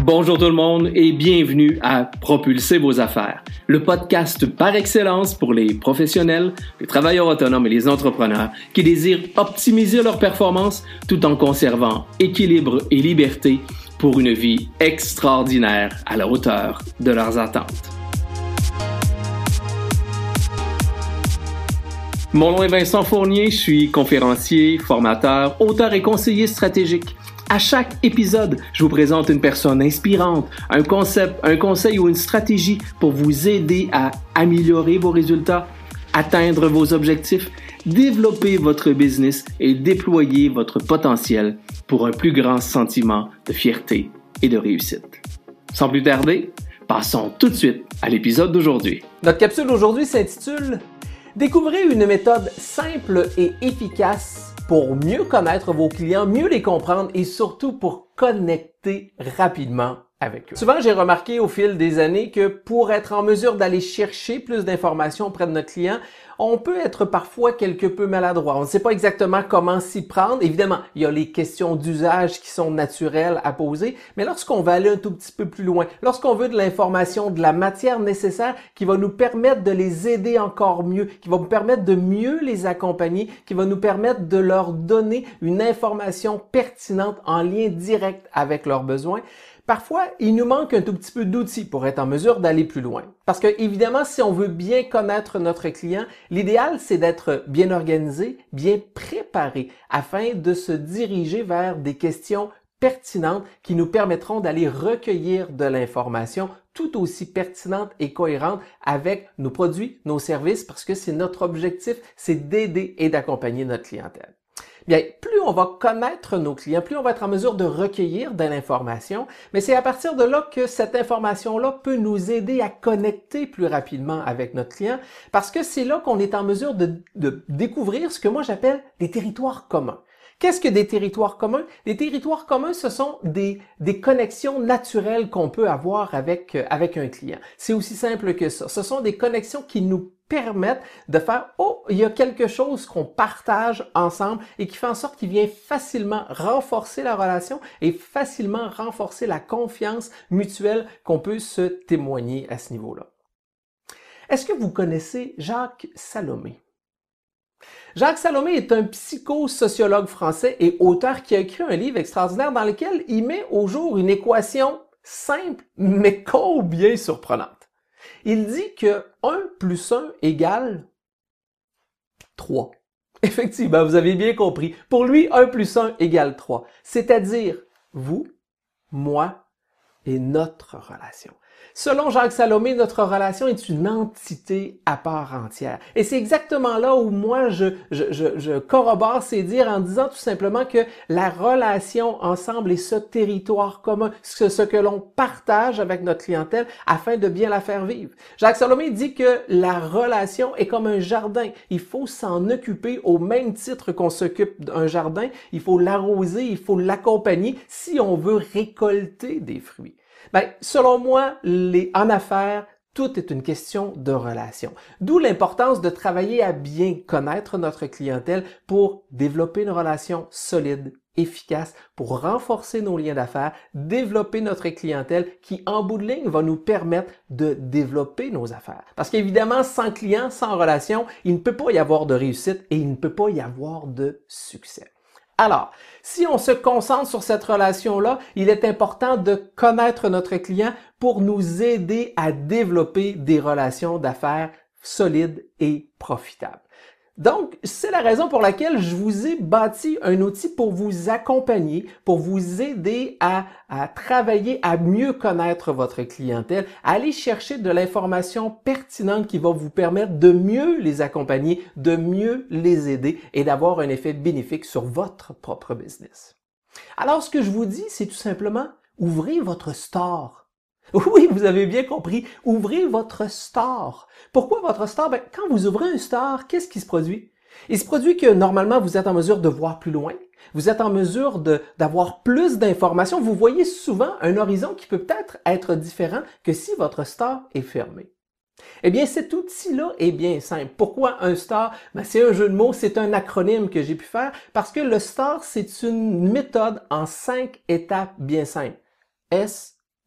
Bonjour tout le monde et bienvenue à Propulser vos affaires, le podcast par excellence pour les professionnels, les travailleurs autonomes et les entrepreneurs qui désirent optimiser leur performance tout en conservant équilibre et liberté pour une vie extraordinaire à la hauteur de leurs attentes. Mon nom est Vincent Fournier, je suis conférencier, formateur, auteur et conseiller stratégique. À chaque épisode, je vous présente une personne inspirante, un concept, un conseil ou une stratégie pour vous aider à améliorer vos résultats, atteindre vos objectifs, développer votre business et déployer votre potentiel pour un plus grand sentiment de fierté et de réussite. Sans plus tarder, passons tout de suite à l'épisode d'aujourd'hui. Notre capsule d'aujourd'hui s'intitule « Découvrez une méthode simple et efficace pour mieux connaître vos clients, mieux les comprendre et surtout pour connecter rapidement avec eux. » Souvent, j'ai remarqué au fil des années que pour être en mesure d'aller chercher plus d'informations auprès de notre client, on peut être parfois quelque peu maladroit. On ne sait pas exactement comment s'y prendre. Évidemment, il y a les questions d'usage qui sont naturelles à poser, mais lorsqu'on va aller un tout petit peu plus loin, lorsqu'on veut de l'information, de la matière nécessaire qui va nous permettre de les aider encore mieux, qui va nous permettre de mieux les accompagner, qui va nous permettre de leur donner une information pertinente en lien direct avec leurs besoins, parfois, il nous manque un tout petit peu d'outils pour être en mesure d'aller plus loin. Parce que, évidemment, si on veut bien connaître notre client, l'idéal, c'est d'être bien organisé, bien préparé, afin de se diriger vers des questions pertinentes qui nous permettront d'aller recueillir de l'information tout aussi pertinente et cohérente avec nos produits, nos services, parce que c'est notre objectif, c'est d'aider et d'accompagner notre clientèle. Bien, plus on va connaître nos clients, plus on va être en mesure de recueillir de l'information, mais c'est à partir de là que cette information-là peut nous aider à connecter plus rapidement avec notre client, parce que c'est là qu'on est en mesure de découvrir ce que moi j'appelle des territoires communs. Qu'est-ce que des territoires communs? Des territoires communs, ce sont des connexions naturelles qu'on peut avoir avec un client. C'est aussi simple que ça. Ce sont des connexions qui nous permettent de faire « Oh, il y a quelque chose qu'on partage ensemble et qui fait en sorte qu'il vient facilement renforcer la relation et facilement renforcer la confiance mutuelle qu'on peut se témoigner à ce niveau-là. » Est-ce que vous connaissez Jacques Salomé? Jacques Salomé est un psychosociologue français et auteur qui a écrit un livre extraordinaire dans lequel il met au jour une équation simple mais combien surprenante. Il dit que 1 plus 1 égale 3. Effectivement, vous avez bien compris. Pour lui, 1 plus 1 égale 3. C'est-à-dire vous, moi et notre relation. Selon Jacques Salomé, notre relation est une entité à part entière. Et c'est exactement là où moi, je corrobore ces dires en disant tout simplement que la relation ensemble est ce territoire commun, ce que l'on partage avec notre clientèle afin de bien la faire vivre. Jacques Salomé dit que la relation est comme un jardin. Il faut s'en occuper au même titre qu'on s'occupe d'un jardin. Il faut l'arroser, il faut l'accompagner si on veut récolter des fruits. Ben, selon moi, en affaires, tout est une question de relation. D'où l'importance de travailler à bien connaître notre clientèle pour développer une relation solide, efficace, pour renforcer nos liens d'affaires, développer notre clientèle qui, en bout de ligne, va nous permettre de développer nos affaires. Parce qu'évidemment, sans client, sans relation, il ne peut pas y avoir de réussite et il ne peut pas y avoir de succès. Alors, si on se concentre sur cette relation-là, il est important de connaître notre client pour nous aider à développer des relations d'affaires solides et profitables. Donc, c'est la raison pour laquelle je vous ai bâti un outil pour vous accompagner, pour vous aider à travailler à mieux connaître votre clientèle, à aller chercher de l'information pertinente qui va vous permettre de mieux les accompagner, de mieux les aider et d'avoir un effet bénéfique sur votre propre business. Alors, ce que je vous dis, c'est tout simplement, ouvrez votre store. Oui, vous avez bien compris. Ouvrez votre store. Pourquoi votre store? Ben, quand vous ouvrez un store, qu'est-ce qui se produit? Il se produit que normalement, vous êtes en mesure de voir plus loin. Vous êtes en mesure d'avoir plus d'informations. Vous voyez souvent un horizon qui peut peut-être être différent que si votre store est fermé. Eh bien, cet outil-là est bien simple. Pourquoi un STAR? Ben, c'est un jeu de mots, c'est un acronyme que j'ai pu faire parce que le STAR, c'est une méthode en 5 étapes bien simples. S,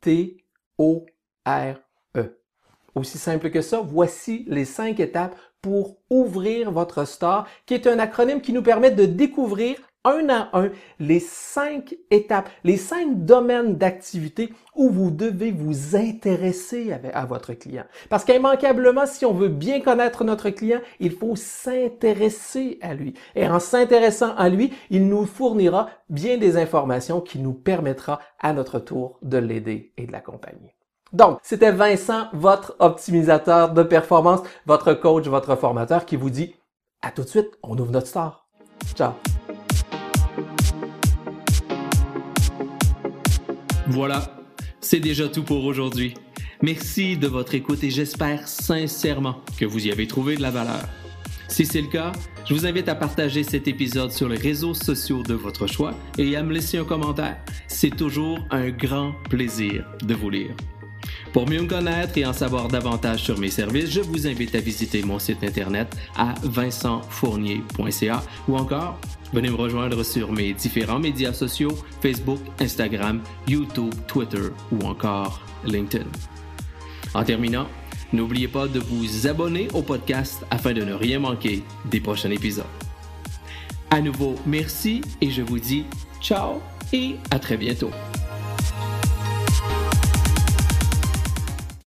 Aussi simple que ça, voici les 5 étapes pour ouvrir votre store, qui est un acronyme qui nous permet de découvrir un à un les 5 étapes, les 5 domaines d'activité où vous devez vous intéresser à votre client. Parce qu'immanquablement, si on veut bien connaître notre client, il faut s'intéresser à lui. Et en s'intéressant à lui, il nous fournira bien des informations qui nous permettra à notre tour de l'aider et de l'accompagner. Donc, c'était Vincent, votre optimisateur de performance, votre coach, votre formateur qui vous dit à tout de suite, on ouvre notre store. Ciao! Voilà, c'est déjà tout pour aujourd'hui. Merci de votre écoute et j'espère sincèrement que vous y avez trouvé de la valeur. Si c'est le cas, je vous invite à partager cet épisode sur les réseaux sociaux de votre choix et à me laisser un commentaire. C'est toujours un grand plaisir de vous lire. Pour mieux me connaître et en savoir davantage sur mes services, je vous invite à visiter mon site internet à vincentfournier.ca ou encore venez me rejoindre sur mes différents médias sociaux, Facebook, Instagram, YouTube, Twitter ou encore LinkedIn. En terminant, n'oubliez pas de vous abonner au podcast afin de ne rien manquer des prochains épisodes. À nouveau, merci et je vous dis ciao et à très bientôt.